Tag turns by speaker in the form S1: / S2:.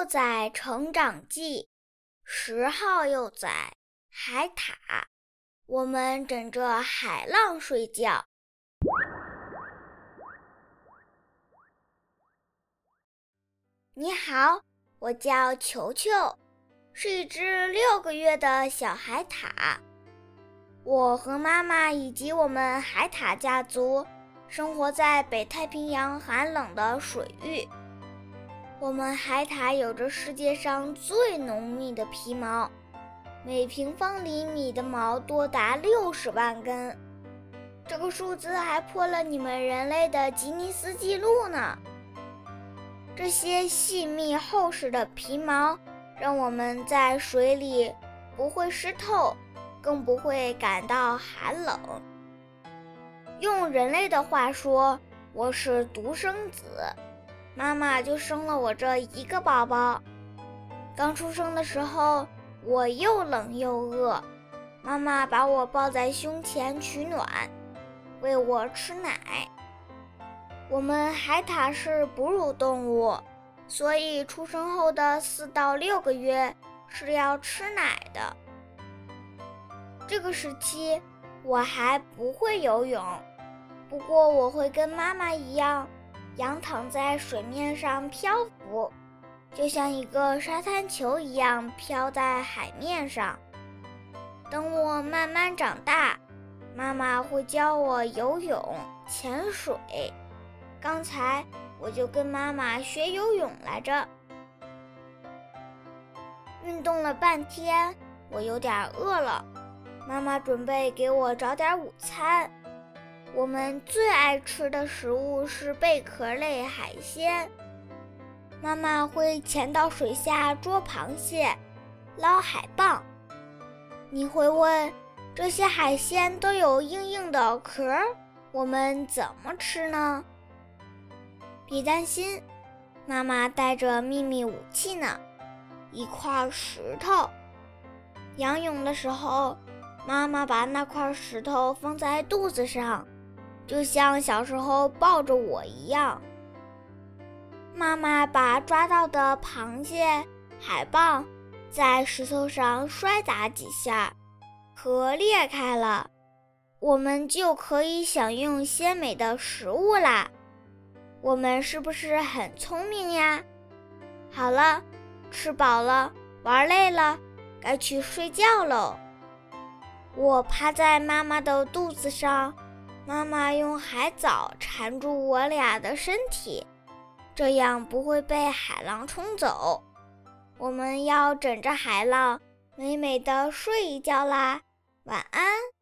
S1: 载成长记》10号幼崽海獭，我们枕着海浪睡觉。你好，我叫球球，是一只6个月的小海獭。我和妈妈以及我们海獭家族生活在北太平洋寒冷的水域。我们海獭有着世界上最浓密的皮毛，每平方厘米的毛多达60万根，这个数字还破了你们人类的吉尼斯纪录呢。这些细密厚实的皮毛让我们在水里不会湿透，更不会感到寒冷。用人类的话说，我是独生子，妈妈就生了我这一个宝宝。刚出生的时候，我又冷又饿，妈妈把我抱在胸前取暖，喂我吃奶。我们海獭是哺乳动物，所以出生后的4到6个月是要吃奶的。这个时期我还不会游泳，不过我会跟妈妈一样仰躺在水面上漂浮，就像一个沙滩球一样飘在海面上。等我慢慢长大，妈妈会教我游泳、潜水。刚才我就跟妈妈学游泳来着。运动了半天，我有点饿了，妈妈准备给我找点午餐。我们最爱吃的食物是贝壳类海鲜。妈妈会潜到水下捉螃蟹、捞海蚌。你会问，这些海鲜都有硬硬的壳，我们怎么吃呢？别担心，妈妈带着秘密武器呢，一块石头。仰泳的时候，妈妈把那块石头放在肚子上，就像小时候抱着我一样。妈妈把抓到的螃蟹、海蚌在石头上摔打几下，壳裂开了，我们就可以享用鲜美的食物啦。我们是不是很聪明呀？好了，吃饱了，玩累了，该去睡觉喽。我趴在妈妈的肚子上，妈妈用海藻缠住我俩的身体，这样不会被海浪冲走。我们要枕着海浪，美美的睡一觉啦，晚安。